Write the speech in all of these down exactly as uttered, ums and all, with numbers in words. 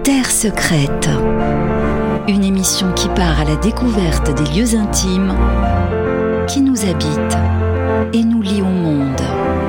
Terre secrète, une émission qui part à la découverte des lieux intimes qui nous habitent et nous lient au monde.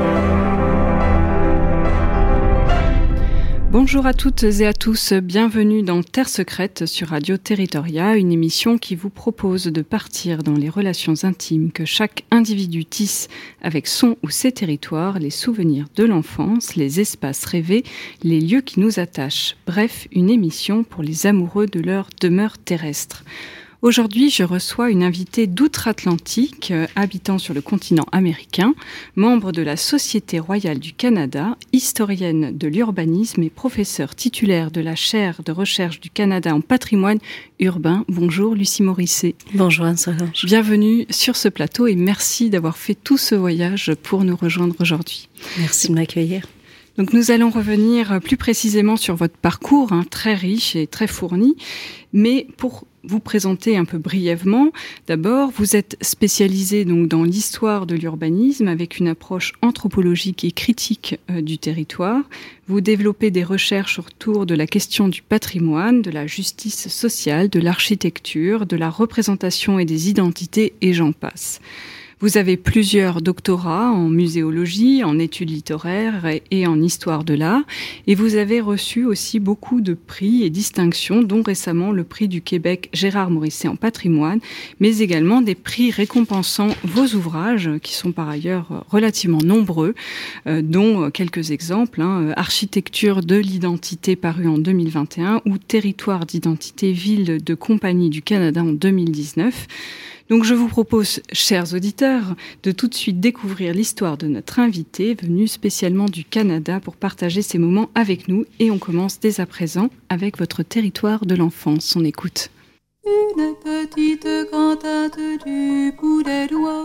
Bonjour à toutes et à tous, bienvenue dans Terre secrète sur Radio Territoria, une émission qui vous propose de partir dans les relations intimes que chaque individu tisse avec son ou ses territoires, les souvenirs de l'enfance, les espaces rêvés, les lieux qui nous attachent. Bref, une émission pour les amoureux de leur demeure terrestre. Aujourd'hui, je reçois une invitée d'outre-Atlantique, euh, habitant sur le continent américain, membre de la Société royale du Canada, historienne de l'urbanisme et professeure titulaire de la chaire de recherche du Canada en patrimoine urbain. Bonjour Lucie Morisset. Bonjour Anne-Solange. Bienvenue sur ce plateau et merci d'avoir fait tout ce voyage pour nous rejoindre aujourd'hui. Merci de m'accueillir. Donc nous allons revenir plus précisément sur votre parcours, hein, très riche et très fourni, mais pour vous présenter un peu brièvement, d'abord, vous êtes spécialisé donc dans l'histoire de l'urbanisme avec une approche anthropologique et critique euh, du territoire. Vous développez des recherches autour de la question du patrimoine, de la justice sociale, de l'architecture, de la représentation et des identités, et j'en passe. Vous avez plusieurs doctorats en muséologie, en études littéraires et en histoire de l'art. Et vous avez reçu aussi beaucoup de prix et distinctions, dont récemment le prix du Québec Gérard Morisset en patrimoine, mais également des prix récompensant vos ouvrages, qui sont par ailleurs relativement nombreux, euh, dont quelques exemples. Hein, Architecture de l'identité paru en deux mille vingt et un ou Territoire d'identité ville de compagnie du Canada en deux mille dix-neuf. Donc je vous propose, chers auditeurs, de tout de suite découvrir l'histoire de notre invité, venu spécialement du Canada pour partager ces moments avec nous. Et on commence dès à présent avec votre territoire de l'enfance. On écoute. Une petite cantate du bout des doigts,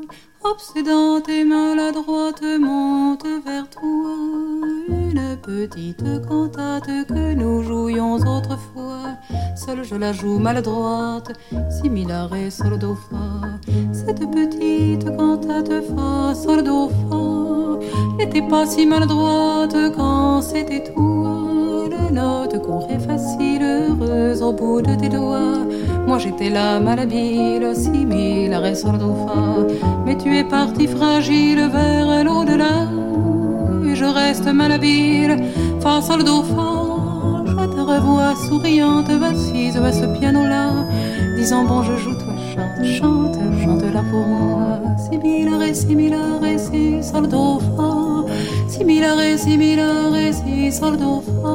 obsédante et maladroite, monte vers toi. Une petite cantate que nous jouions autrefois, seule je la joue maladroite, si mi la ré sol do fa. Cette petite cantate fa sol do fa n'était pas si maladroite quand c'était toi. La note qu'on ré facile, heureuse au bout de tes doigts. Moi j'étais là malhabile, si mi la ré sol do fa. Mais tu es parti fragile vers l'au-delà, et je reste malhabile, fa sol do fa. Je te revois souriante, assise à ce piano-là, disant bon je joue, toi chante, chante, chante là pour moi. Si mi la ré, si mi la ré, si sol do fa. Si mi la ré, si mi la ré, si sol do fa.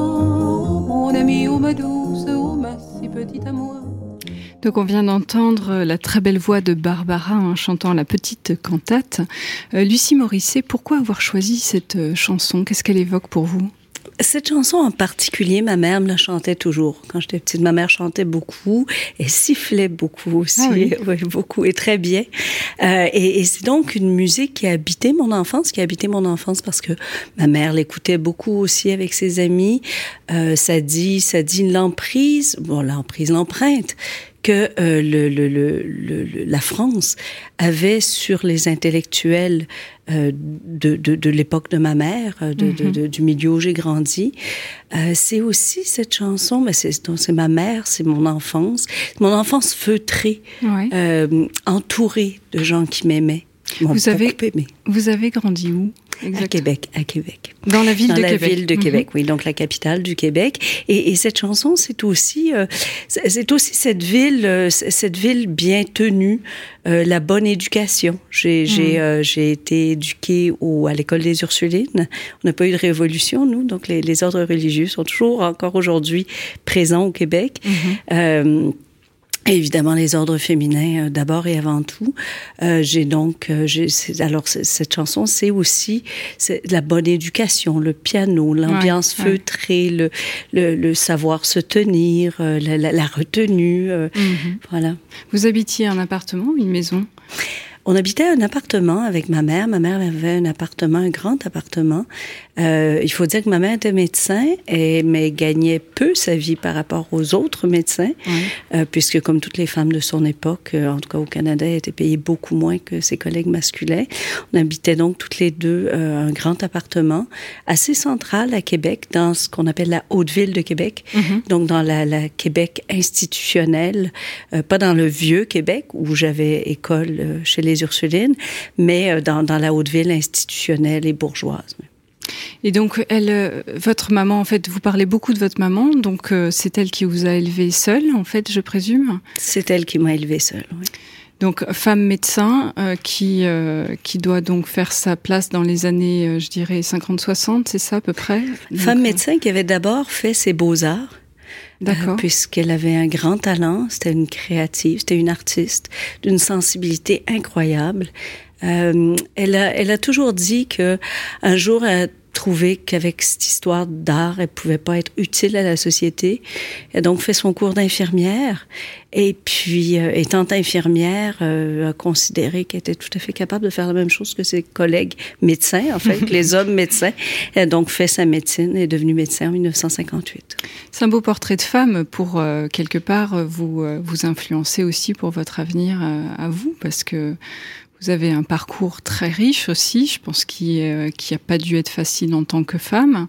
Mon ami, oh ma douce, oh ma si petite à moi. Donc on vient d'entendre la très belle voix de Barbara hein, chantant la petite cantate. Euh, Lucie Morisset, pourquoi avoir choisi cette euh, chanson ? Qu'est-ce qu'elle évoque pour vous ? Cette chanson en particulier, ma mère me la chantait toujours. Quand j'étais petite, ma mère chantait beaucoup et sifflait beaucoup aussi, ah oui. Oui, beaucoup et très bien. Euh, et, et c'est donc une musique qui a habité mon enfance, qui a habité mon enfance parce que ma mère l'écoutait beaucoup aussi avec ses amis. Euh, ça dit, ça dit l'emprise, bon l'emprise, l'empreinte que euh, le, le, le, le, la France avait sur les intellectuels euh, de, de, de l'époque de ma mère, de, mm-hmm. de, de, du milieu où j'ai grandi. Euh, c'est aussi cette chanson, mais c'est, c'est ma mère, c'est mon enfance, mon enfance feutrée, ouais. euh, entourée de gens qui m'aimaient. Vous avez, vous avez grandi où ? Exactement. À Québec, à Québec. Dans la ville Dans de la Québec. ville de Québec, mm-hmm. oui, donc la capitale du Québec. Et, et cette chanson, c'est aussi, euh, c'est aussi cette ville, euh, cette ville bien tenue, euh, la bonne éducation. J'ai, mm. j'ai, euh, j'ai été éduquée au, à l'école des Ursulines. On n'a pas eu de révolution, nous, donc les, les ordres religieux sont toujours encore aujourd'hui présents au Québec. Mm-hmm. Euh, Et évidemment, les ordres féminins, euh, d'abord et avant tout. Euh, j'ai donc... Euh, j'ai, c'est, alors, c'est, cette chanson, c'est aussi c'est la bonne éducation, le piano, l'ambiance ouais, feutrée, ouais. Le, le, le savoir se tenir, euh, la, la, la retenue, euh, mm-hmm. voilà. Vous habitiez un appartement, une maison ? On habitait un appartement avec ma mère. Ma mère avait un appartement, un grand appartement, Euh, il faut dire que ma mère était médecin, et, mais gagnait peu sa vie par rapport aux autres médecins, oui. euh, puisque comme toutes les femmes de son époque, euh, en tout cas au Canada, elle était payée beaucoup moins que ses collègues masculins. On habitait donc toutes les deux euh, un grand appartement assez central à Québec, dans ce qu'on appelle la Haute-Ville de Québec, mm-hmm. donc dans la, la Québec institutionnelle, euh, pas dans le vieux Québec où j'avais école euh, chez les Ursulines, mais euh, dans, dans la Haute-Ville institutionnelle et bourgeoise. Et donc, elle, euh, votre maman, en fait, vous parlez beaucoup de votre maman, donc euh, c'est elle qui vous a élevé seule, en fait, je présume. C'est elle qui m'a élevée seule, oui. Donc, femme médecin euh, qui euh, qui doit donc faire sa place dans les années, euh, je dirais, cinquante soixante, c'est ça à peu près? Donc, femme médecin qui avait d'abord fait ses beaux-arts. D'accord. Euh, puisqu'elle avait un grand talent, c'était une créative, c'était une artiste d'une sensibilité incroyable. Euh, elle a, elle a toujours dit que un jour, elle a trouvé qu'avec cette histoire d'art, elle pouvait pas être utile à la société. Elle a donc fait son cours d'infirmière. Et puis, euh, étant infirmière, euh, a considéré qu'elle était tout à fait capable de faire la même chose que ses collègues médecins, en fait, que les hommes médecins. Elle a donc fait sa médecine et est devenue médecin en dix-neuf cent cinquante-huit. C'est un beau portrait de femme pour, euh, quelque part, vous, euh, vous influencer aussi pour votre avenir euh, à vous, parce que vous avez un parcours très riche aussi, je pense, qui euh, qui a pas dû être facile en tant que femme.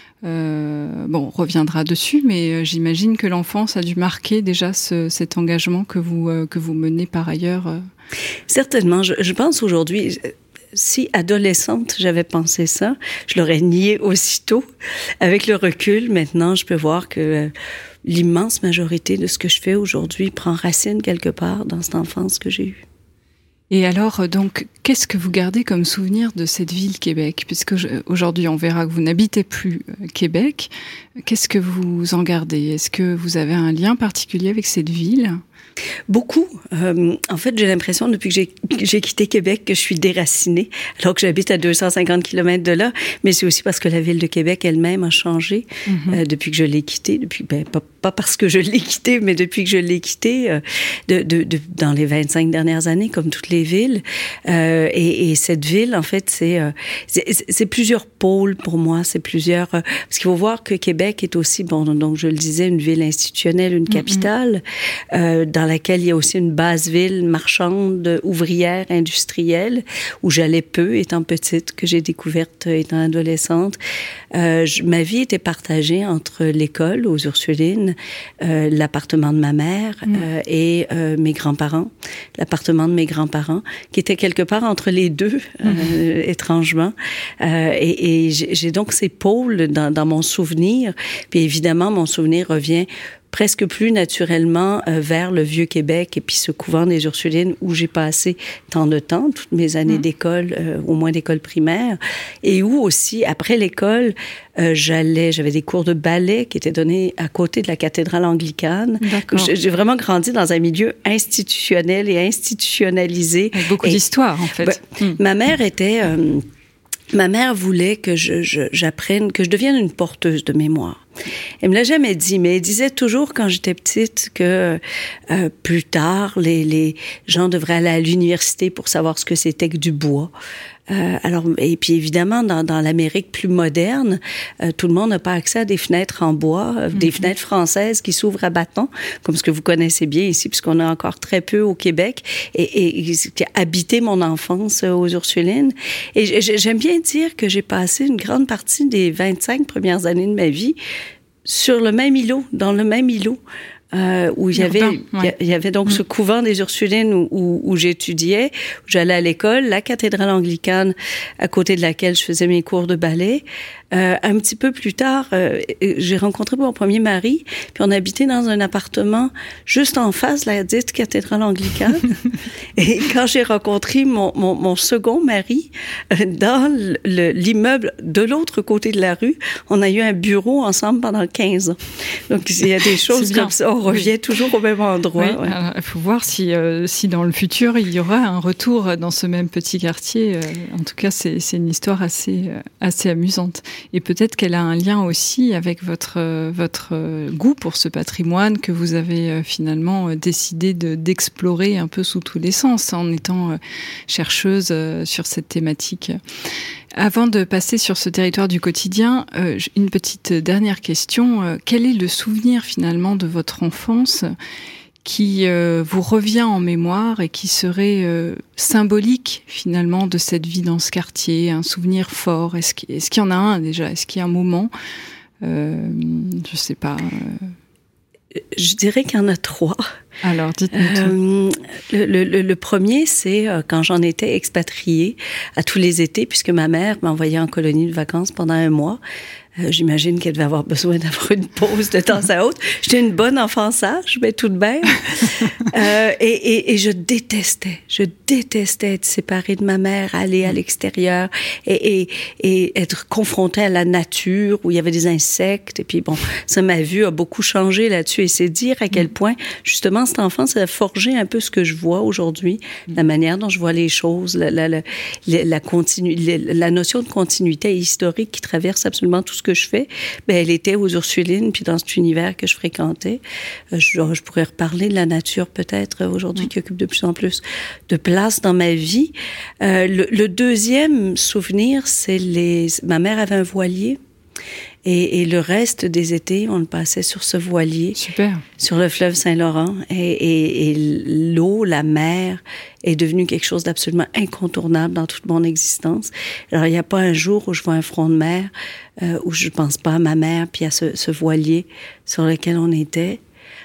Euh, bon, on reviendra dessus, mais euh, j'imagine que l'enfance a dû marquer déjà ce, cet engagement que vous euh, que vous menez par ailleurs. Euh. Certainement, je, je pense aujourd'hui. Si, adolescente, j'avais pensé ça, je l'aurais nié aussitôt. Avec le recul, maintenant, je peux voir que euh, l'immense majorité de ce que je fais aujourd'hui prend racine quelque part dans cette enfance que j'ai eue. Et alors, donc, qu'est-ce que vous gardez comme souvenir de cette ville Québec? Puisque je, aujourd'hui, on verra que vous n'habitez plus Québec. Qu'est-ce que vous en gardez? Est-ce que vous avez un lien particulier avec cette ville? Beaucoup. Euh, en fait, j'ai l'impression, depuis que j'ai, j'ai quitté Québec, que je suis déracinée, alors que j'habite à deux cent cinquante kilomètres de là. Mais c'est aussi parce que la ville de Québec elle-même a changé mm-hmm. euh, depuis que je l'ai quittée. Depuis, ben, pas, pas parce que je l'ai quittée, mais depuis que je l'ai quittée, euh, de, de, de, dans les vingt-cinq dernières années, comme toutes les villes. Euh, et, et cette ville, en fait, c'est, euh, c'est, c'est plusieurs pôles pour moi. C'est plusieurs... Euh, parce qu'il faut voir que Québec est aussi, bon, donc je le disais, une ville institutionnelle, une capitale, mm-hmm. euh, dans laquelle il y a aussi une base ville marchande, ouvrière, industrielle, où j'allais peu étant petite, que j'ai découverte étant adolescente. Euh, je, ma vie était partagée entre l'école aux Ursulines, euh, l'appartement de ma mère mmh. euh, et euh, mes grands-parents, l'appartement de mes grands-parents, qui était quelque part entre les deux, mmh. euh, étrangement. Euh, et, et j'ai, j'ai donc ces pôles dans, dans mon souvenir. Puis évidemment, mon souvenir revient presque plus naturellement euh, vers le Vieux-Québec et puis ce couvent des Ursulines où j'ai passé tant de temps, toutes mes années mmh. d'école, euh, au moins d'école primaire, et où aussi, après l'école, euh, j'allais, j'avais des cours de ballet qui étaient donnés à côté de la cathédrale anglicane. D'accord. J'ai, j'ai vraiment grandi dans un milieu institutionnel et institutionnalisé. Avec beaucoup et, d'histoire, en fait. Ben, mmh. Ma mère était... Euh, Ma mère voulait que je, je, j'apprenne, que je devienne une porteuse de mémoire. Elle me l'a jamais dit, mais elle disait toujours quand j'étais petite que euh, plus tard, les, les gens devraient aller à l'université pour savoir ce que c'était que du bois. Euh, alors, et puis évidemment, dans, dans l'Amérique plus moderne, euh, tout le monde n'a pas accès à des fenêtres en bois, euh, mm-hmm. des fenêtres françaises qui s'ouvrent à bâton, comme ce que vous connaissez bien ici, puisqu'on a encore très peu au Québec, et, et qui a habité mon enfance euh, aux Ursulines. Et j'aime bien dire que j'ai passé une grande partie des vingt-cinq premières années de ma vie sur le même îlot, dans le même îlot. Euh, où il y avait, Urbain, ouais. il y avait donc mmh. ce couvent des Ursulines où, où, où j'étudiais, où j'allais à l'école, la cathédrale anglicane à côté de laquelle je faisais mes cours de ballet. Euh, un petit peu plus tard, euh, j'ai rencontré mon premier mari, puis on habitait dans un appartement juste en face de la dite cathédrale anglicane. Et quand j'ai rencontré mon, mon, mon second mari, euh, dans le, l'immeuble de l'autre côté de la rue, on a eu un bureau ensemble pendant quinze ans. Donc, il y a des choses comme ça. On revient oui. toujours au même endroit. Il oui, ouais. faut voir si, euh, si dans le futur, il y aura un retour dans ce même petit quartier. Euh, en tout cas, c'est, c'est une histoire assez, euh, assez amusante. Et peut-être qu'elle a un lien aussi avec votre, votre goût pour ce patrimoine que vous avez finalement décidé de, d'explorer un peu sous tous les sens en étant chercheuse sur cette thématique. Avant de passer sur ce territoire du quotidien, euh, une petite dernière question. Euh, quel est le souvenir finalement de votre enfance qui euh, vous revient en mémoire et qui serait euh, symbolique finalement de cette vie dans ce quartier, un souvenir fort? Est-ce qu'il, est-ce qu'il y en a un déjà? Est-ce qu'il y a un moment euh, Je sais pas. Euh... Je dirais qu'il y en a trois. Alors, dites-nous euh, le, le, le premier, c'est euh, quand j'en étais expatriée à tous les étés, puisque ma mère m'envoyait en colonie de vacances pendant un mois. Euh, j'imagine qu'elle devait avoir besoin d'avoir une pause de temps à autre. J'étais une bonne enfant sage, mais tout de même. Euh, et, et, et je détestais, je détestais être séparée de ma mère, aller à l'extérieur et, et, et être confrontée à la nature où il y avait des insectes. Et puis bon, ça, ma vue a beaucoup changé là-dessus. Et c'est dire à quel point, justement, cette enfance a forgé un peu ce que je vois aujourd'hui, la manière dont je vois les choses, la, la, la, la, la, continu, la, la notion de continuité historique qui traverse absolument tout ce que je fais. Ben, elle était aux Ursulines, puis dans cet univers que je fréquentais. Je, je pourrais reparler de la nature peut-être aujourd'hui, mmh. qui occupe de plus en plus de place dans ma vie. Euh, le, le deuxième souvenir, c'est les... Ma mère avait un voilier. Et, et le reste des étés, on le passait sur ce voilier. Super. Sur le fleuve Saint-Laurent. Et, et, et l'eau, la mer, est devenue quelque chose d'absolument incontournable dans toute mon existence. Alors, il n'y a pas un jour où je vois un front de mer euh, où je ne pense pas à ma mère puis à ce, ce voilier sur lequel on était.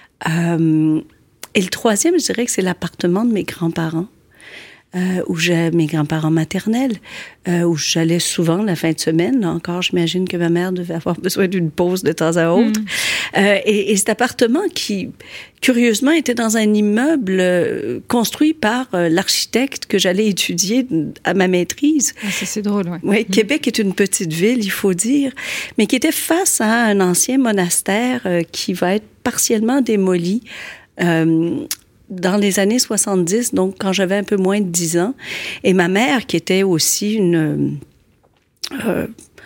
Euh, et le troisième, je dirais que c'est l'appartement de mes grands-parents. Euh, où j'ai mes grands-parents maternels, euh, où j'allais souvent la fin de semaine. Là encore, j'imagine que ma mère devait avoir besoin d'une pause de temps à autre. Mmh. Euh, et, et cet appartement qui, curieusement, était dans un immeuble euh, construit par euh, l'architecte que j'allais étudier à ma maîtrise. Ah, ça, c'est drôle, oui. Oui, mmh. Québec est une petite ville, il faut dire, mais qui était face à un ancien monastère euh, qui va être partiellement démoli. Euh, dans les années soixante-dix, donc quand j'avais un peu moins de dix ans, et ma mère, qui était aussi une euh,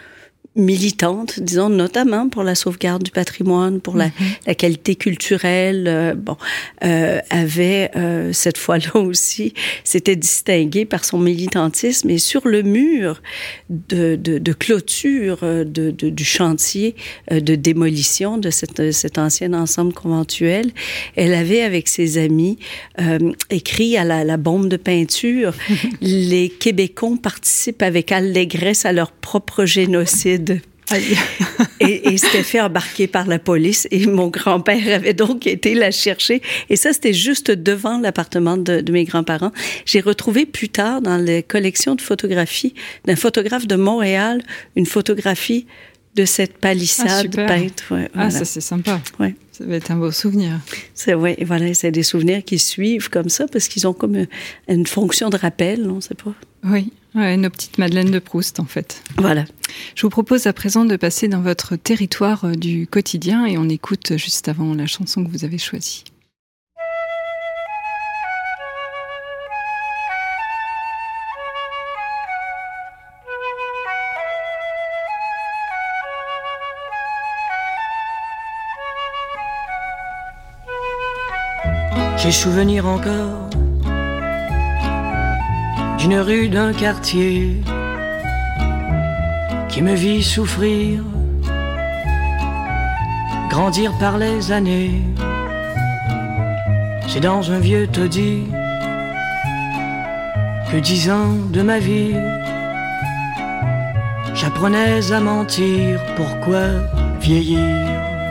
militante, disons, notamment pour la sauvegarde du patrimoine, pour la, mm-hmm. la qualité culturelle, euh, bon, euh, avait euh, cette fois-là aussi, s'était distinguée par son militantisme, et sur le mur de, de, de clôture de, de, du chantier euh, de démolition de cette, cet ancien ensemble conventuel, elle avait, avec ses amis, euh, écrit à la, la bombe de peinture « Les Québécois participent avec allégresse à leur propre génocide ». et, et s'était fait embarquer par la police, et mon grand-père avait donc été la chercher, et ça c'était juste devant l'appartement de, de mes grands-parents. J'ai retrouvé plus tard dans les collections de photographies d'un photographe de Montréal une photographie de cette palissade ah, peinte. Ouais, ah voilà. Ça c'est sympa. Ouais. Ça va être un beau souvenir. C'est, ouais, voilà, c'est des souvenirs qui suivent comme ça parce qu'ils ont comme une, une fonction de rappel, on ne sait pas. Oui, ouais, nos petites Madeleines de Proust en fait. Voilà. Je vous propose à présent de passer dans votre territoire du quotidien et on écoute juste avant la chanson que vous avez choisie. J'ai souvenir encore d'une rue d'un quartier qui me vit souffrir, grandir par les années. C'est dans un vieux taudis que dix ans de ma vie j'apprenais à mentir. Pourquoi vieillir?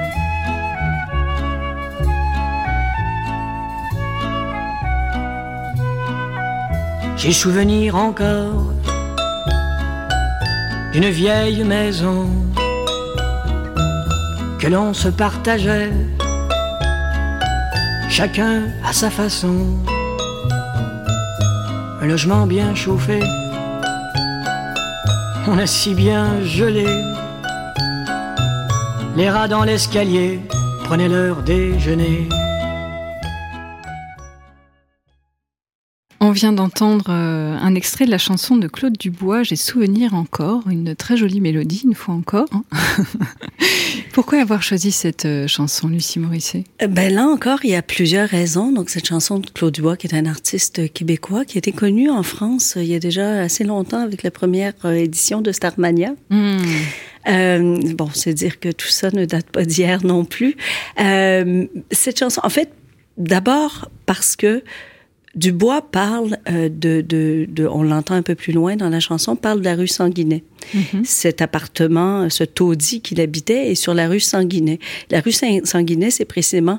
J'ai souvenir encore d'une vieille maison que l'on se partageait, chacun à sa façon. Un logement bien chauffé, on a si bien gelé. Les rats dans l'escalier prenaient leur déjeuner. On vient d'entendre euh, un extrait de la chanson de Claude Dubois, J'ai souvenir encore, une très jolie mélodie, une fois encore. Hein. Pourquoi avoir choisi cette euh, chanson, Lucie Morisset? Ben là encore, il y a plusieurs raisons. Donc cette chanson de Claude Dubois, qui est un artiste québécois, qui a été connu en France euh, il y a déjà assez longtemps avec la première euh, édition de Starmania. Mmh. Euh, bon, c'est dire que tout ça ne date pas d'hier non plus. Euh, cette chanson, en fait, d'abord parce que Dubois parle euh, de, de, de, on l'entend un peu plus loin dans la chanson, parle de la rue Sanguinet. Mm-hmm. Cet appartement, ce taudis qu'il habitait est sur la rue Sanguinet. La rue Sanguinet, c'est précisément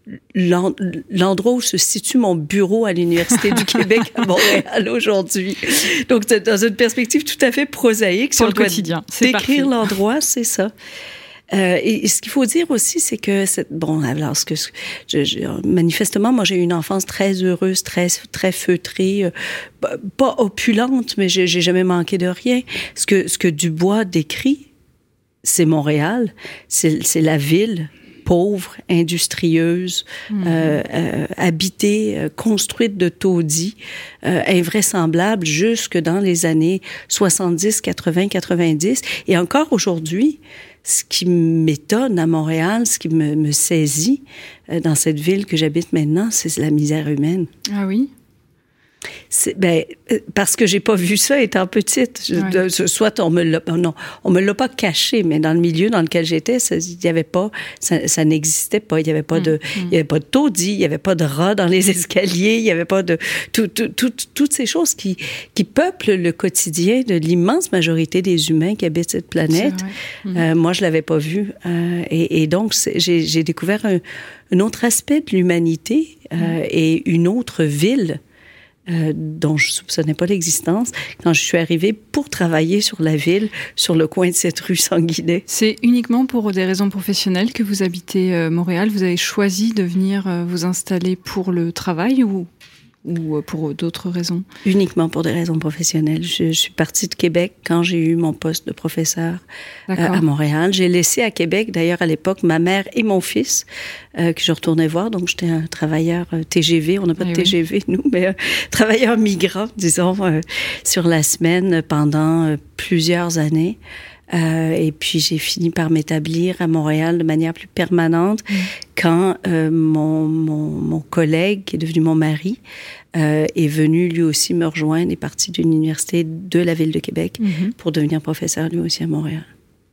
l'endroit où se situe mon bureau à l'Université du Québec à Montréal aujourd'hui. Donc, dans une perspective tout à fait prosaïque, sur le quotidien, c'est décrire parfait. L'endroit, c'est ça. Euh, et, et ce qu'il faut dire aussi, c'est que cette, bon, alors ce que je, je, manifestement, moi j'ai eu une enfance très heureuse, très très feutrée, euh, pas opulente, mais j'ai, j'ai jamais manqué de rien. Ce que ce que Dubois décrit, c'est Montréal, c'est c'est la ville pauvre, industrieuse, mmh. euh, euh, habitée, euh, construite de taudis, euh, invraisemblable jusque dans les années soixante-dix, quatre-vingts, quatre-vingt-dix. Et encore aujourd'hui, ce qui m'étonne à Montréal, ce qui me, me saisit euh, dans cette ville que j'habite maintenant, c'est la misère humaine. Ah oui? C'est, ben, parce que j'ai pas vu ça étant petite. Je, ouais. de, soit on me l'a, non, on me l'a pas caché, mais dans le milieu dans lequel j'étais, il y avait pas, ça, ça n'existait pas. Il y avait pas mmh, de, il mmh. y avait pas de taudis, il y avait pas de rats dans les escaliers, il y avait pas de tout, tout, tout, toutes ces choses qui, qui peuplent le quotidien de l'immense majorité des humains qui habitent cette planète. Mmh. Euh, moi, je l'avais pas vu, euh, et, et donc j'ai, j'ai découvert un, un autre aspect de l'humanité euh, mmh. et une autre ville. Euh, dont je ne soupçonnais pas l'existence, quand je suis arrivée pour travailler sur la ville, sur le coin de cette rue Sanguinet. C'est uniquement pour des raisons professionnelles que vous habitez euh, Montréal? Vous avez choisi de venir euh, vous installer pour le travail ou, ou pour d'autres raisons? Uniquement pour des raisons professionnelles. Je, je suis partie de Québec quand j'ai eu mon poste de professeur euh, à Montréal. J'ai laissé à Québec, d'ailleurs, à l'époque, ma mère et mon fils, euh, que je retournais voir. Donc, j'étais un travailleur euh, T G V. On n'a pas de eh T G V, oui. nous, mais un travailleur migrant, disons, euh, sur la semaine pendant euh, plusieurs années. Euh, et puis, j'ai fini par m'établir à Montréal de manière plus permanente mmh. quand euh, mon, mon, mon collègue, qui est devenu mon mari, euh, est venu lui aussi me rejoindre et parti d'une université de la Ville de Québec mmh. pour devenir professeur lui aussi à Montréal.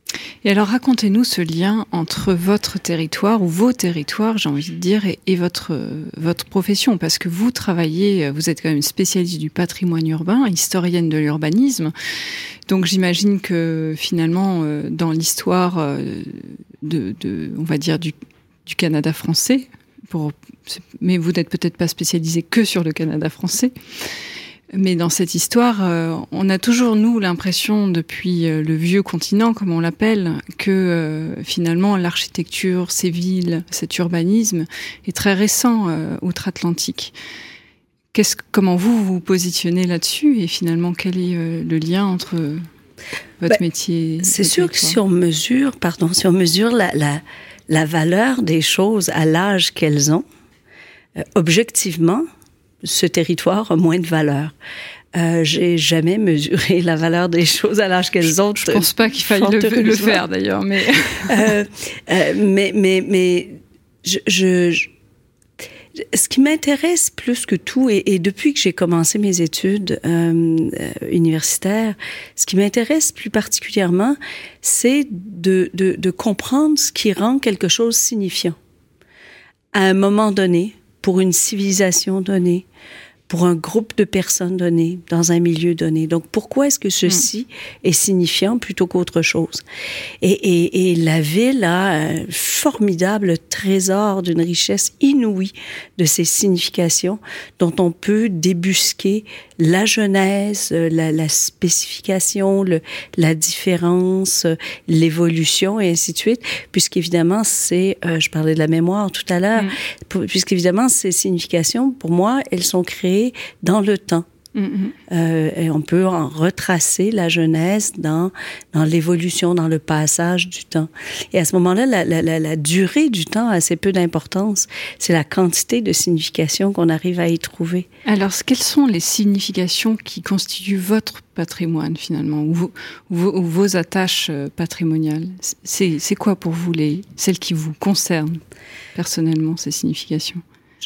Et alors, racontez-nous ce lien entre votre territoire, ou vos territoires, j'ai envie de dire, et, et votre, votre profession, parce que vous travaillez, vous êtes quand même spécialiste du patrimoine urbain, historienne de l'urbanisme, donc j'imagine que finalement, euh, dans l'histoire euh, de, de, on va dire, du, du Canada français, pour, mais vous n'êtes peut-être pas spécialisé que sur le Canada français, mais dans cette histoire, euh, on a toujours, nous, l'impression, depuis euh, le vieux continent, comme on l'appelle, que euh, finalement, l'architecture, ces villes, cet urbanisme est très récent euh, outre-Atlantique. Qu'est-ce, comment vous vous positionnez là-dessus et finalement, quel est euh, le lien entre votre ben, métier? C'est sûr que si on mesure, pardon, si on mesure la, la, la valeur des choses à l'âge qu'elles ont, euh, objectivement, ce territoire a moins de valeur. Euh, j'ai jamais mesuré la valeur des choses à l'âge qu'elles ont. Je pense pas qu'il faille le, le faire d'ailleurs, mais euh, euh, mais mais mais je, je, je ce qui m'intéresse plus que tout, et, et depuis que j'ai commencé mes études euh, universitaires, ce qui m'intéresse plus particulièrement, c'est de, de, de comprendre ce qui rend quelque chose signifiant à un moment donné, pour une civilisation donnée, pour un groupe de personnes données, dans un milieu donné. Donc, pourquoi est-ce que ceci mmh. est signifiant plutôt qu'autre chose? Et, et, et la ville a un formidable trésor d'une richesse inouïe de ces significations dont on peut débusquer la genèse, la, la spécification, le, la différence, l'évolution et ainsi de suite, puisqu'évidemment, c'est, euh, je parlais de la mémoire tout à l'heure, mmh. puisqu'évidemment, ces significations, pour moi, elles sont créées dans le temps. Mm-hmm. Euh, et on peut en retracer la jeunesse dans, dans l'évolution, dans le passage du temps. Et à ce moment-là, la, la, la, la durée du temps a assez peu d'importance. C'est la quantité de signification qu'on arrive à y trouver. Alors, quelles sont les significations qui constituent votre patrimoine, finalement, ou vos, ou ou vos attaches patrimoniales? C'est, c'est quoi pour vous les, celles qui vous concernent personnellement, ces significations?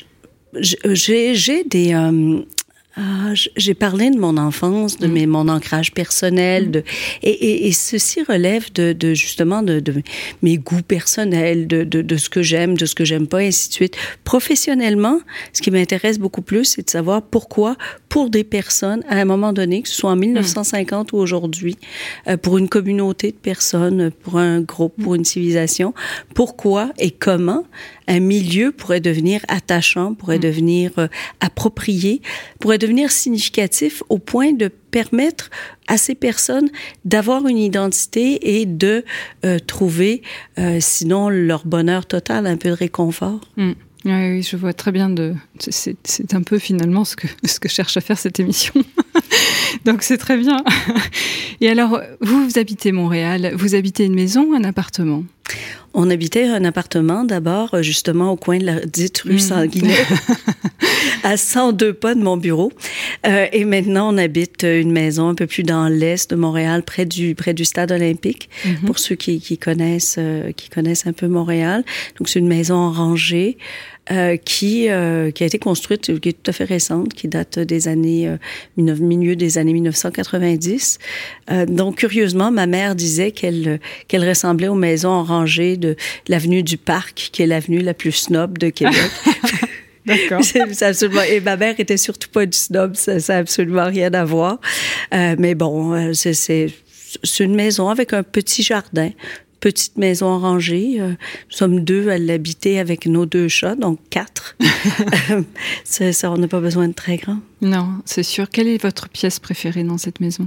J'ai, j'ai des... Euh, Ah, j'ai parlé de mon enfance, de mes, mon ancrage personnel, de, et, et, et ceci relève de, de justement de, de mes goûts personnels, de, de, de ce que j'aime, de ce que j'aime pas, et ainsi de suite. Professionnellement, ce qui m'intéresse beaucoup plus, c'est de savoir pourquoi, pour des personnes, à un moment donné, que ce soit en mille neuf cent cinquante mmh. ou aujourd'hui, euh, pour une communauté de personnes, pour un groupe, pour une civilisation, pourquoi et comment un milieu pourrait devenir attachant, pourrait mmh. devenir euh, approprié, pourrait devenir significatif au point de permettre à ces personnes d'avoir une identité et de euh, trouver, euh, sinon leur bonheur total, un peu de réconfort. Mmh. Oui, oui, je vois très bien. De... C'est, c'est un peu finalement ce que, ce que cherche à faire cette émission. Donc c'est très bien. Et alors, vous, vous habitez Montréal, vous habitez une maison ou un appartement? On habitait un appartement d'abord, justement au coin de la dite rue mmh. Sanguinet, à cent deux pas de mon bureau. Euh, et maintenant, on habite une maison un peu plus dans l'est de Montréal, près du près du stade olympique. Mmh. Pour ceux qui, qui connaissent euh, qui connaissent un peu Montréal, donc c'est une maison en rangée. Euh, qui euh, qui a été construite, qui est tout à fait récente, qui date des années euh, milieu des années mille neuf cent quatre-vingt-dix. Euh, donc curieusement, ma mère disait qu'elle qu'elle ressemblait aux maisons en rangée de, de l'avenue du Parc, qui est l'avenue la plus snob de Québec. D'accord. C'est, c'est absolument, et ma mère était surtout pas du snob, ça n'a absolument rien à voir. Euh, mais bon, c'est, c'est c'est une maison avec un petit jardin. Petite maison en rangée. Euh, nous sommes deux à l'habiter avec nos deux chats, donc quatre. c'est, ça, on n'a pas besoin de très grand. Non, c'est sûr. Quelle est votre pièce préférée dans cette maison?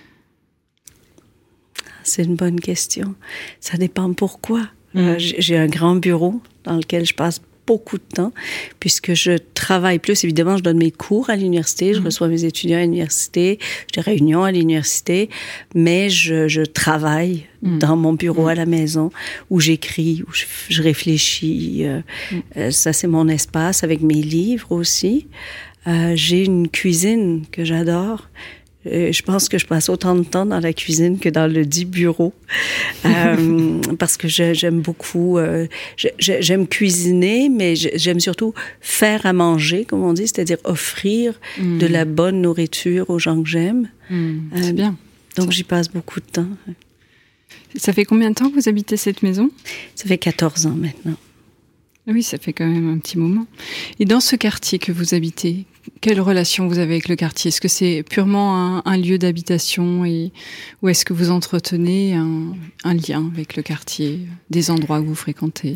C'est une bonne question. Ça dépend pourquoi. Mmh. Euh, j'ai, j'ai un grand bureau dans lequel je passe beaucoup de temps, puisque je travaille plus. Évidemment, je donne mes cours à l'université, je mmh. reçois mes étudiants à l'université, j'ai des réunions à l'université, mais je, je travaille mmh. dans mon bureau mmh. à la maison, où j'écris, où je, je réfléchis. Euh, mmh. euh, ça, c'est mon espace, avec mes livres aussi. Euh, j'ai une cuisine que j'adore. Euh, je pense que je passe autant de temps dans la cuisine que dans le dit bureau, euh, parce que je, j'aime beaucoup, euh, je, j'aime cuisiner, mais j'aime surtout faire à manger, comme on dit, c'est-à-dire offrir mmh. de la bonne nourriture aux gens que j'aime. Mmh, c'est euh, bien. Donc j'y passe beaucoup de temps. Ça fait combien de temps que vous habitez cette maison? Ça fait quatorze ans maintenant. Oui, ça fait quand même un petit moment. Et dans ce quartier que vous habitez, quelle relation vous avez avec le quartier? Est-ce que c'est purement un, un lieu d'habitation et, ou est-ce que vous entretenez un, un lien avec le quartier, des endroits que vous fréquentez?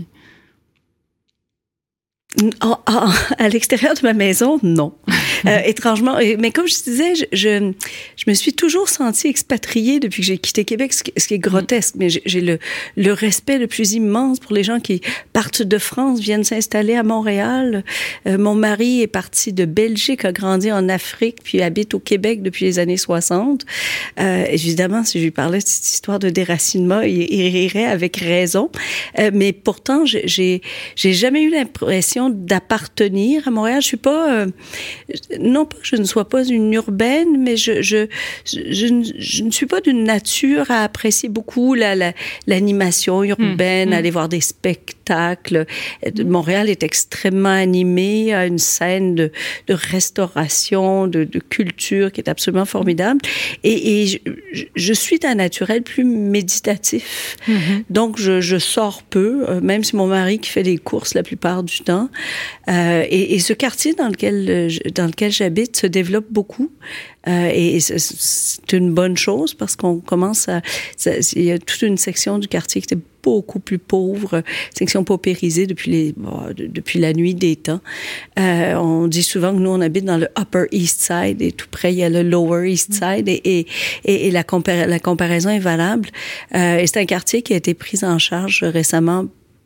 Oh, oh, à l'extérieur de ma maison, non. Euh, étrangement, mais comme je disais, je, je, je me suis toujours sentie expatriée depuis que j'ai quitté Québec, ce qui, ce qui est grotesque, mais j'ai, j'ai le, le respect le plus immense pour les gens qui partent de France, viennent s'installer à Montréal. Euh, mon mari est parti de Belgique, a grandi en Afrique, puis habite au Québec depuis les années soixante. Euh, évidemment, si je lui parlais de cette histoire de déracinement, il, il rirait avec raison. Euh, mais pourtant, j'ai, j'ai, j'ai jamais eu l'impression d'appartenir à Montréal. Je suis pas... Euh, non pas que je ne sois pas une urbaine, mais je je je, je, je ne suis pas d'une nature à apprécier beaucoup la, la l'animation urbaine, mmh, aller voir des spectacles. Mmh. Montréal est extrêmement animé, à une scène de de restauration, de, de culture qui est absolument formidable. Et, et je, je suis d'un naturel plus méditatif. Mmh. Donc je je sors peu, même si mon mari qui fait les courses la plupart du temps. Euh, et, et ce quartier dans lequel dans lequel j'habite se développe beaucoup. Euh, et c'est, c'est une bonne chose parce qu'on commence à... Ça, il y a toute une section du quartier qui était beaucoup plus pauvre, section paupérisée depuis, les, bon, depuis la nuit des temps. Euh, on dit souvent que nous, on habite dans le Upper East Side et tout près, il y a le Lower East Side et, et, et, et la, compara- la comparaison est valable. Euh, et c'est un quartier qui a été pris en charge récemment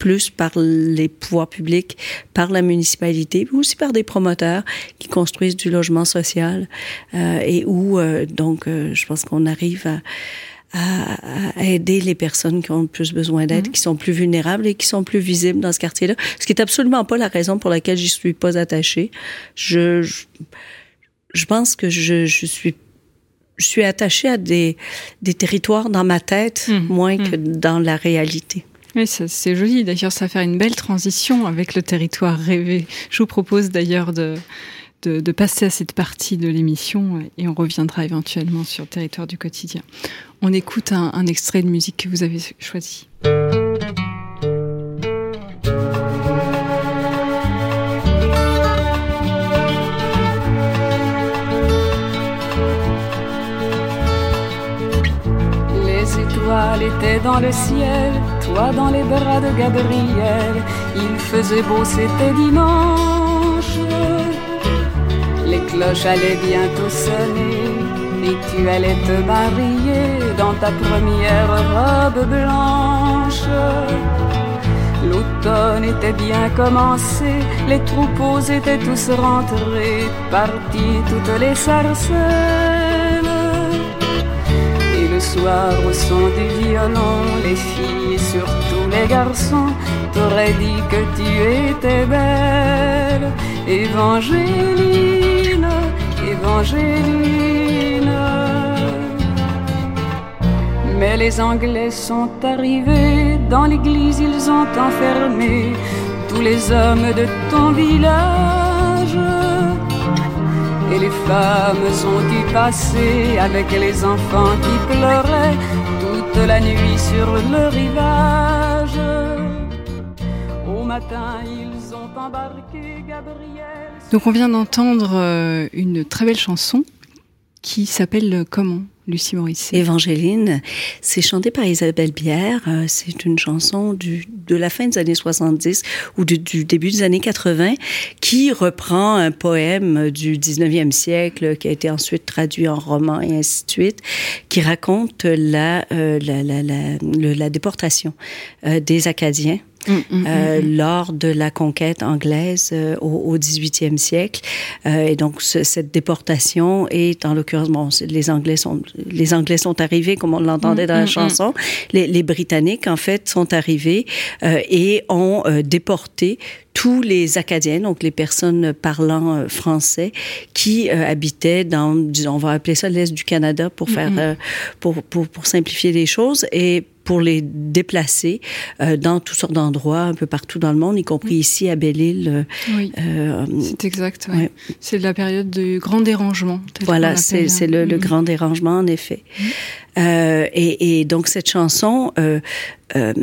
plus par les pouvoirs publics, par la municipalité, mais aussi par des promoteurs qui construisent du logement social euh, et où, euh, donc, euh, je pense qu'on arrive à, à, à aider les personnes qui ont le plus besoin d'aide, mmh. qui sont plus vulnérables et qui sont plus visibles dans ce quartier-là, ce qui est absolument pas la raison pour laquelle j'y suis pas attachée. Je, je, je pense que je, je suis je suis attachée à des, des territoires dans ma tête, mmh. moins mmh. que dans la réalité. Oui, ça, c'est joli. D'ailleurs, ça va faire une belle transition avec le territoire rêvé. Je vous propose d'ailleurs de, de, de passer à cette partie de l'émission et on reviendra éventuellement sur le territoire du quotidien. On écoute un, un extrait de musique que vous avez choisi. Elle était dans le ciel, toi dans les bras de Gabriel. Il faisait beau, c'était dimanche. Les cloches allaient bientôt sonner et tu allais te marier dans ta première robe blanche. L'automne était bien commencé, les troupeaux étaient tous rentrés, partis toutes les sarcelles. Le soir au son du violon, les filles, surtout les garçons, t'auraient dit que tu étais belle. Évangéline, Évangéline. Mais les Anglais sont arrivés, dans l'église ils ont enfermé tous les hommes de ton village. Et les femmes ont dû passer avec les enfants qui pleuraient toute la nuit sur le rivage. Au matin, ils ont embarqué Gabriel. Donc on vient d'entendre une très belle chanson qui s'appelle comment, Lucie Morissette? Évangéline, c'est chanté par Isabelle Bière. C'est une chanson du, de la fin des années soixante-dix ou du, du début des années quatre-vingts qui reprend un poème du dix-neuvième siècle qui a été ensuite traduit en roman et ainsi de suite, qui raconte la, euh, la, la, la, la, la déportation euh, des Acadiens. Mmh, mmh, euh, mmh. lors de la conquête anglaise euh, au, au dix-huitième siècle. Euh, et donc, ce, cette déportation est, en l'occurrence, bon, les Anglais sont, les Anglais sont arrivés, comme on l'entendait mmh, dans la mmh, chanson. Les, les Britanniques, en fait, sont arrivés euh, et ont euh, déporté tous les Acadiens, donc les personnes parlant euh, français, qui euh, habitaient dans, disons, on va appeler ça l'Est du Canada pour faire, mmh. euh, pour, pour, pour simplifier les choses, et pour les déplacer euh, dans toutes sortes d'endroits, un peu partout dans le monde, y compris ici à Belle-Île. Oui, euh, c'est exact. Ouais. Ouais. C'est la période du grand dérangement. Voilà, c'est, c'est le, mmh. le grand dérangement, en effet. Mmh. Euh, et, et donc, cette chanson... Euh, euh,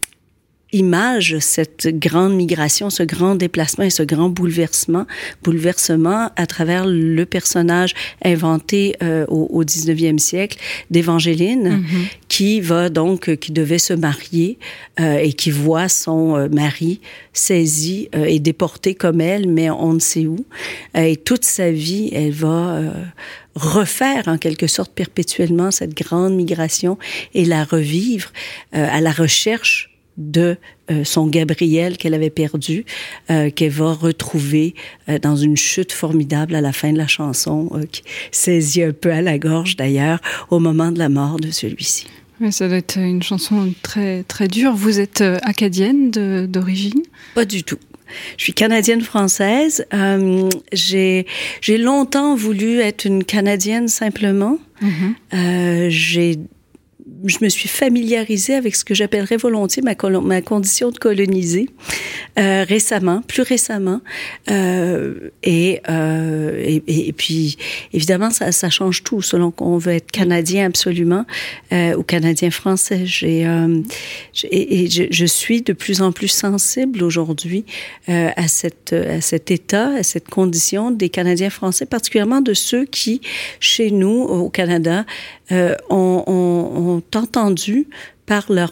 image cette grande migration, ce grand déplacement et ce grand bouleversement, bouleversement à travers le personnage inventé euh, au, au dix-neuvième siècle d'Évangéline, mm-hmm. qui va donc, qui devait se marier euh, et qui voit son euh, mari saisi euh, et déporté comme elle, mais on ne sait où. Euh, et toute sa vie, elle va euh, refaire en quelque sorte perpétuellement cette grande migration et la revivre euh, à la recherche de euh, son Gabriel qu'elle avait perdu, euh, qu'elle va retrouver euh, dans une chute formidable à la fin de la chanson, euh, qui saisit un peu à la gorge d'ailleurs au moment de la mort de celui-ci. Oui, ça doit être une chanson très, très dure. Vous êtes euh, acadienne de, d'origine? Pas du tout. Je suis canadienne-française. Euh, j'ai, j'ai longtemps voulu être une Canadienne simplement. Mm-hmm. Euh, j'ai Je me suis familiarisée avec ce que j'appellerais volontiers ma, colo- ma condition de colonisée euh, récemment, plus récemment. Euh, et, euh, et, et, et puis, évidemment, ça, ça change tout selon qu'on veut être Canadien absolument euh, ou Canadien-français. J'ai, euh, j'ai, et je, je suis de plus en plus sensible aujourd'hui euh, à, cette, à cet état, à cette condition des Canadiens-français, particulièrement de ceux qui, chez nous, au Canada, euh, ont, ont, ont entendu par leur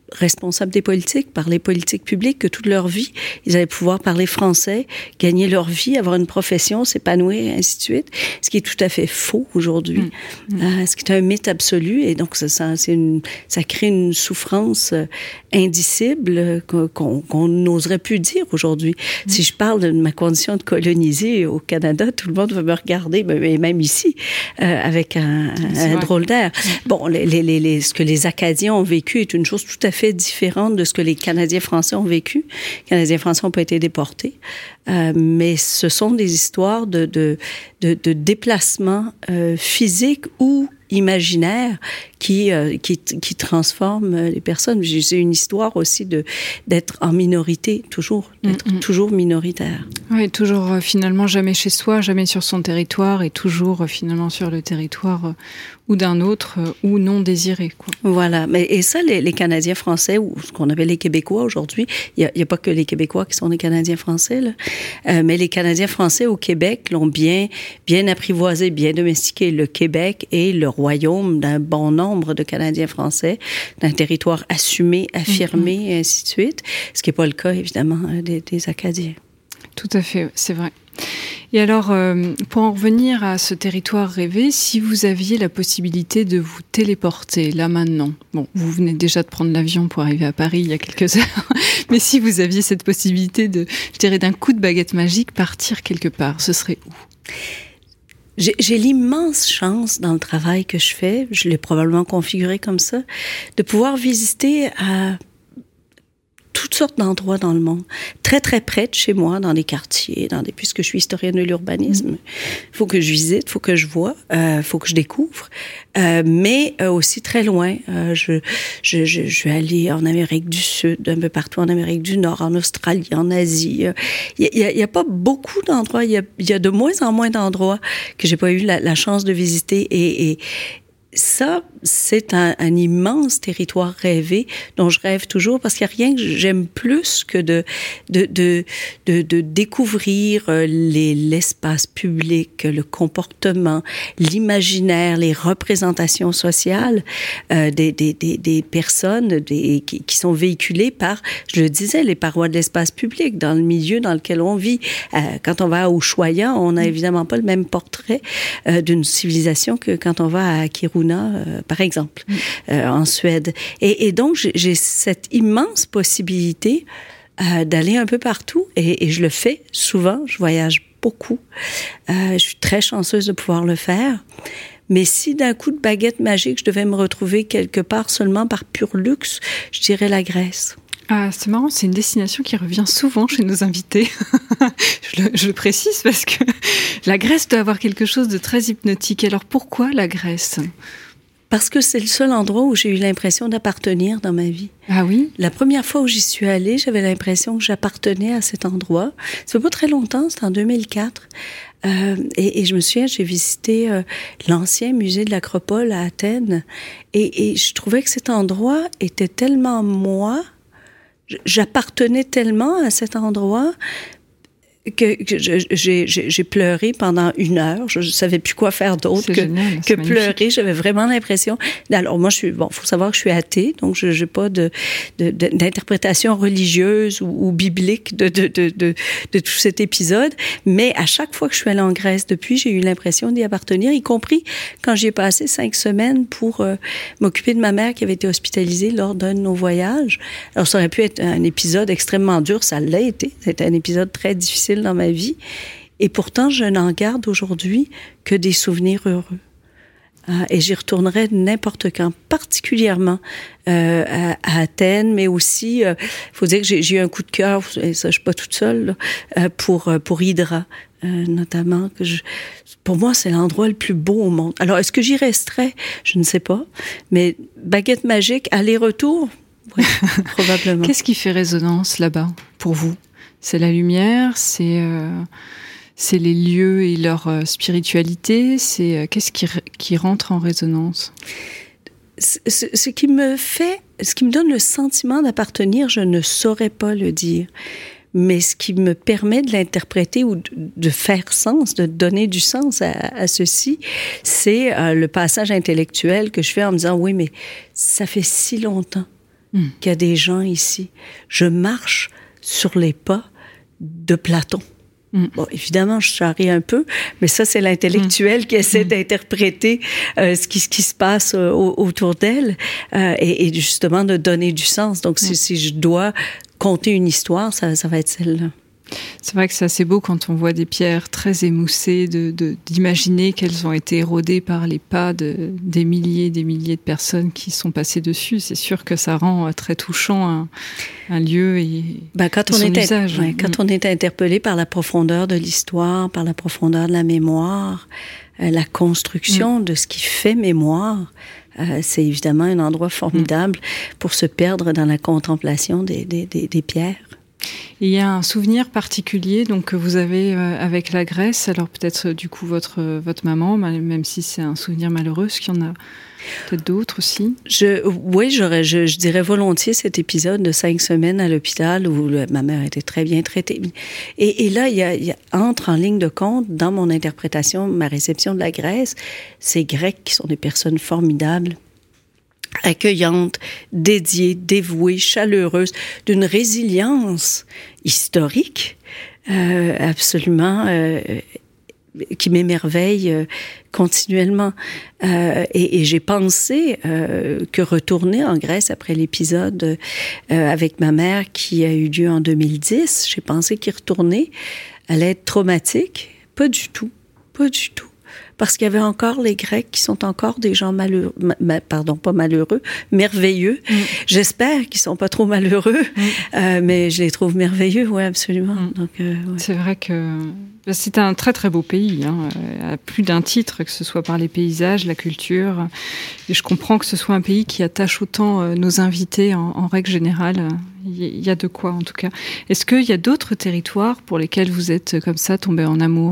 responsables des politiques, par les politiques publiques, que toute leur vie, ils allaient pouvoir parler français, gagner leur vie, avoir une profession, s'épanouir, et ainsi de suite. Ce qui est tout à fait faux aujourd'hui. Mmh. Mmh. Euh, ce qui est un mythe absolu. Et donc, ça, ça, c'est une, ça crée une souffrance euh, indicible qu'on, qu'on n'oserait plus dire aujourd'hui. Mmh. Si je parle de ma condition de colonisée au Canada, tout le monde va me regarder, mais même ici, euh, avec un, un, un drôle d'air. Mmh. Bon, les, les, les, ce que les Acadiens ont vécu est une chose tout à fait différente de ce que les Canadiens français ont vécu. Les Canadiens français n'ont pas été déportés, euh, mais ce sont des histoires de, de, de, de déplacement euh, physique ou imaginaire qui, euh, qui, qui transforme les personnes. C'est une histoire aussi de, d'être en minorité, toujours, d'être mm-hmm. toujours minoritaire. Oui, toujours euh, finalement jamais chez soi, jamais sur son territoire et toujours euh, finalement sur le territoire euh, ou d'un autre euh, ou non désiré, quoi. Voilà. Mais, et ça, les, les Canadiens français, ou ce qu'on appelle les Québécois aujourd'hui, il n'y a, a pas que les Québécois qui sont des Canadiens français, là. Euh, mais les Canadiens français au Québec l'ont bien, bien apprivoisé, bien domestiqué. Le Québec est le royaume d'un bon nombre de Canadiens français, d'un territoire assumé, affirmé, mm-hmm. et ainsi de suite. Ce qui n'est pas le cas, évidemment, des, des Acadiens. Tout à fait, c'est vrai. Et alors, euh, pour en revenir à ce territoire rêvé, si vous aviez la possibilité de vous téléporter, là maintenant, bon, vous venez déjà de prendre l'avion pour arriver à Paris il y a quelques heures, mais si vous aviez cette possibilité de, je dirais, d'un coup de baguette magique, partir quelque part, ce serait où ? J'ai, j'ai l'immense chance dans le travail que je fais, je l'ai probablement configuré comme ça, de pouvoir visiter à toutes sortes d'endroits dans le monde, très très près de chez moi, dans des quartiers, dans des, puisque je suis historienne de l'urbanisme. Il mmh. faut que je visite, il faut que je vois, il euh, faut que je découvre, euh, mais euh, aussi très loin. Euh, je, je, je, je vais aller en Amérique du Sud, un peu partout en Amérique du Nord, en Australie, en Asie. Il n'y a, a, a pas beaucoup d'endroits, il y a, y a de moins en moins d'endroits que j'ai pas eu la, la chance de visiter et, et ça, c'est un, un immense territoire rêvé dont je rêve toujours parce qu'il n'y a rien que j'aime plus que de, de, de, de, de découvrir les, l'espace public, le comportement, l'imaginaire, les représentations sociales euh, des, des, des, des personnes des, qui, qui sont véhiculées par, je le disais, les parois de l'espace public dans le milieu dans lequel on vit. Euh, quand on va à Ushuaia, on n'a évidemment pas le même portrait euh, d'une civilisation que quand on va à Kiruna, Euh, par exemple, euh, en Suède. Et, et donc, j'ai, j'ai cette immense possibilité euh, d'aller un peu partout et, et je le fais souvent. Je voyage beaucoup. Euh, je suis très chanceuse de pouvoir le faire. Mais si d'un coup de baguette magique, je devais me retrouver quelque part seulement par pur luxe, je dirais la Grèce. Ah, c'est marrant, c'est une destination qui revient souvent chez nos invités. je, le, je le précise parce que la Grèce doit avoir quelque chose de très hypnotique. Alors pourquoi la Grèce ? Parce que c'est le seul endroit où j'ai eu l'impression d'appartenir dans ma vie. Ah oui? La première fois où j'y suis allée, j'avais l'impression que j'appartenais à cet endroit. Ça fait pas très longtemps, c'était en deux mille quatre. Euh, et, et je me souviens, j'ai visité euh, l'ancien musée de l'Acropole à Athènes. Et, et je trouvais que cet endroit était tellement moi, j'appartenais tellement à cet endroit que, que je, j'ai, j'ai, j'ai pleuré pendant une heure. Je ne savais plus quoi faire d'autre c'est que, génial, que pleurer. J'avais vraiment l'impression... Alors, moi, je suis... Bon, il faut savoir que je suis athée, donc je n'ai pas de, de, de, d'interprétation religieuse ou, ou biblique de, de, de, de, de tout cet épisode. Mais à chaque fois que je suis allée en Grèce depuis, j'ai eu l'impression d'y appartenir, y compris quand j'y ai passé cinq semaines pour euh, m'occuper de ma mère qui avait été hospitalisée lors d'un de nos voyages. Alors, ça aurait pu être un épisode extrêmement dur. Ça l'a été. C'était un épisode très difficile dans ma vie. Et pourtant, je n'en garde aujourd'hui que des souvenirs heureux. Euh, et j'y retournerai n'importe quand, particulièrement euh, à, à Athènes, mais aussi, il euh, faut dire que j'ai, j'ai eu un coup de cœur, et ça, je suis pas toute seule, là, euh, pour, pour Hydra, euh, notamment. Que je, pour moi, c'est l'endroit le plus beau au monde. Alors, est-ce que j'y resterai? Je ne sais pas. Mais baguette magique, aller-retour? Oui, probablement. Qu'est-ce qui fait résonance là-bas, pour vous? C'est la lumière, c'est, euh, c'est les lieux et leur euh, spiritualité, c'est euh, qu'est-ce qui, qui rentre en résonance? Ce, ce, ce qui me fait, ce qui me donne le sentiment d'appartenir, je ne saurais pas le dire. Mais ce qui me permet de l'interpréter ou de, de faire sens, de donner du sens à, à ceci, c'est euh, le passage intellectuel que je fais en me disant, oui, mais ça fait si longtemps mmh. qu'il y a des gens ici. Je marche sur les pas de Platon. Mm. Bon, évidemment, je charrie un peu, mais ça, c'est l'intellectuel mm. qui essaie mm. d'interpréter euh, ce, qui, ce qui se passe euh, autour d'elle euh, et, et justement de donner du sens. Donc, mm. si, si je dois conter une histoire, ça, ça va être celle-là. C'est vrai que c'est assez beau quand on voit des pierres très émoussées, de, de, d'imaginer qu'elles ont été érodées par les pas de, des milliers et des milliers de personnes qui sont passées dessus. C'est sûr que ça rend très touchant un, un lieu et, ben, quand et on son est usage. Ouais, quand mmh. on est interpellé par la profondeur de l'histoire, par la profondeur de la mémoire, euh, la construction mmh. de ce qui fait mémoire, euh, c'est évidemment un endroit formidable mmh. pour se perdre dans la contemplation des, des, des, des pierres. Il y a un souvenir particulier donc que vous avez euh, avec la Grèce. Alors peut-être euh, du coup votre euh, votre maman, même si c'est un souvenir malheureux, est-ce qu'il y en a peut-être d'autres aussi? Je, oui, j'aurais, je, je dirais volontiers cet épisode de cinq semaines à l'hôpital où le, ma mère était très bien traitée. Et, et là, il y, a, il y a entre en ligne de compte dans mon interprétation, ma réception de la Grèce, ces Grecs qui sont des personnes formidables, accueillante, dédiée, dévouée, chaleureuse, d'une résilience historique euh, absolument euh, qui m'émerveille euh, continuellement. Euh, et, et j'ai pensé euh, que retourner en Grèce après l'épisode euh, avec ma mère qui a eu lieu en deux mille dix, j'ai pensé qu'y retourner allait être traumatique. Pas du tout, pas du tout. Parce qu'il y avait encore les Grecs qui sont encore des gens malheureux, ma, pardon, pas malheureux, merveilleux. Mm. J'espère qu'ils sont pas trop malheureux, mm. euh, mais je les trouve merveilleux, oui, absolument. Mm. Donc, euh, ouais. C'est vrai que c'est un très très beau pays, hein, à plus d'un titre, que ce soit par les paysages, la culture. Et je comprends que ce soit un pays qui attache autant euh, nos invités en, en règle générale. Il y a de quoi, en tout cas. Est-ce qu'il y a d'autres territoires pour lesquels vous êtes comme ça tombés en amour ?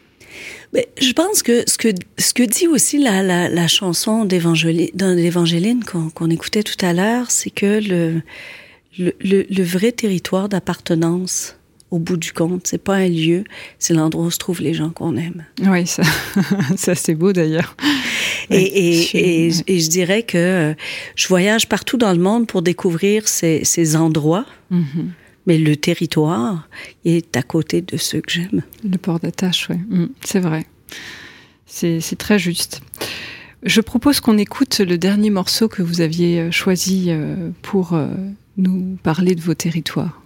Mais je pense que ce que ce que dit aussi la la, la chanson d'Évangéline qu'on, qu'on écoutait tout à l'heure, c'est que le le le, le vrai territoire d'appartenance, au bout du compte, c'est pas un lieu, c'est l'endroit où se trouvent les gens qu'on aime. Oui, ça, ça c'est beau d'ailleurs. Et, et, et, et je dirais que je voyage partout dans le monde pour découvrir ces ces endroits. Mm-hmm. Mais le territoire est à côté de ceux que j'aime. Le port d'attache, oui. Mmh, c'est vrai. C'est, c'est très juste. Je propose qu'on écoute le dernier morceau que vous aviez choisi pour nous parler de vos territoires.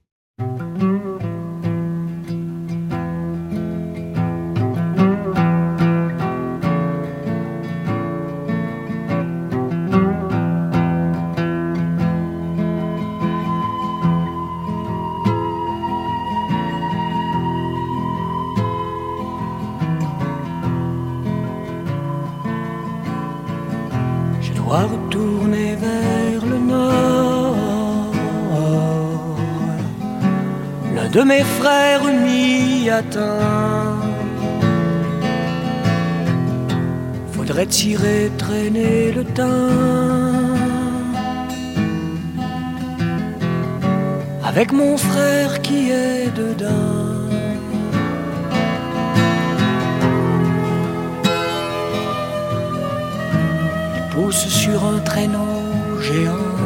Retourner vers le nord, l'un de mes frères m'y attend. Faudrait tirer, traîner le temps avec mon frère qui est dedans. Pousse sur un traîneau géant.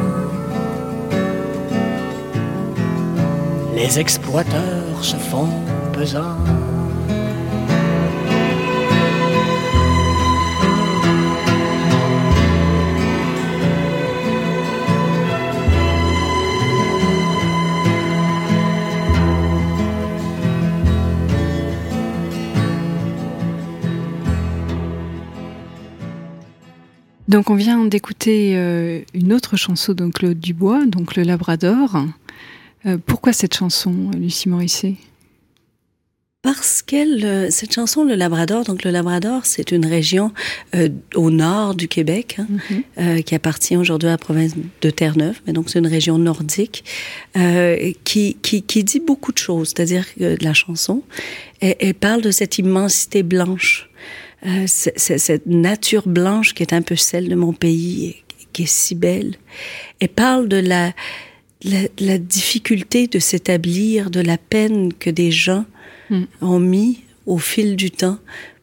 Les exploiteurs se font pesants. Donc on vient d'écouter euh, une autre chanson de Claude Dubois, donc Le Labrador. Euh, pourquoi cette chanson, Lucie Morisset ? Parce qu'elle, cette chanson, Le Labrador, donc le Labrador, c'est une région euh, au nord du Québec, hein, mm-hmm. euh, qui appartient aujourd'hui à la province de Terre-Neuve, mais donc c'est une région nordique euh, qui, qui, qui dit beaucoup de choses. C'est-à-dire que la chanson, elle, elle parle de cette immensité blanche. Euh, c'est, c'est, cette nature blanche qui est un peu celle de mon pays, et, qui est si belle. Elle parle de la, la, la difficulté de s'établir, de la peine que des gens mm. ont mis au fil du temps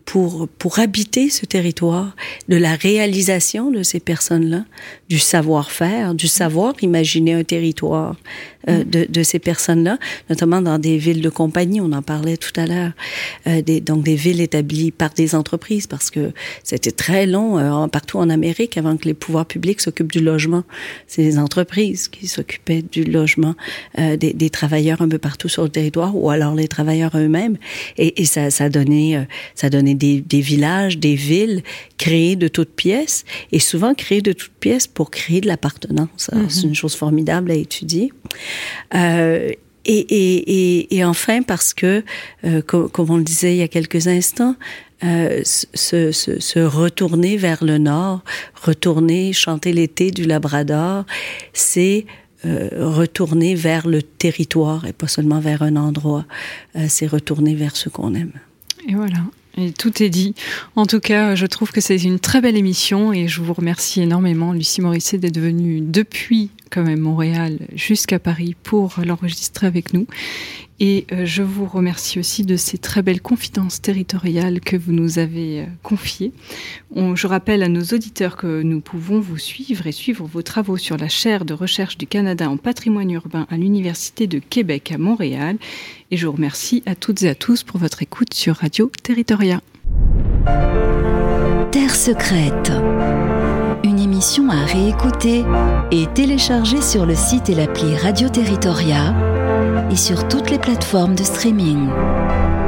pour, pour habiter ce territoire, de la réalisation de ces personnes-là, du savoir-faire, du savoir imaginer un territoire euh, de, de ces personnes-là, notamment dans des villes de compagnie, on en parlait tout à l'heure, euh, des, donc des villes établies par des entreprises, parce que c'était très long euh, partout en Amérique avant que les pouvoirs publics s'occupent du logement. C'est les entreprises qui s'occupaient du logement euh, des, des travailleurs un peu partout sur le territoire, ou alors les travailleurs eux-mêmes, et, et ça, ça donnait, euh, ça donnait des, des villages, des villes créées de toutes pièces, et souvent créées de toutes pièces pour créer de l'appartenance. Alors, mm-hmm. C'est une chose formidable à étudier. Euh, et, et, et, et enfin, parce que, euh, comme, comme on le disait il y a quelques instants, euh, se, se, se retourner vers le nord, retourner chanter l'été du Labrador, c'est euh, retourner vers le territoire et pas seulement vers un endroit. Euh, c'est retourner vers ce qu'on aime. Et voilà. Et tout est dit. En tout cas, je trouve que c'est une très belle émission et je vous remercie énormément, Lucie Morisset, d'être venue depuis quand même Montréal jusqu'à Paris pour l'enregistrer avec nous. Et euh, je vous remercie aussi de ces très belles confidences territoriales que vous nous avez euh, confiées. On, je rappelle à nos auditeurs que nous pouvons vous suivre et suivre vos travaux sur la chaire de recherche du Canada en patrimoine urbain à l'Université de Québec à Montréal. Et je vous remercie à toutes et à tous pour votre écoute sur Radio Territoria. Terre secrète. Une émission à réécouter et télécharger sur le site et l'appli Radio Territoria et sur toutes les plateformes de streaming.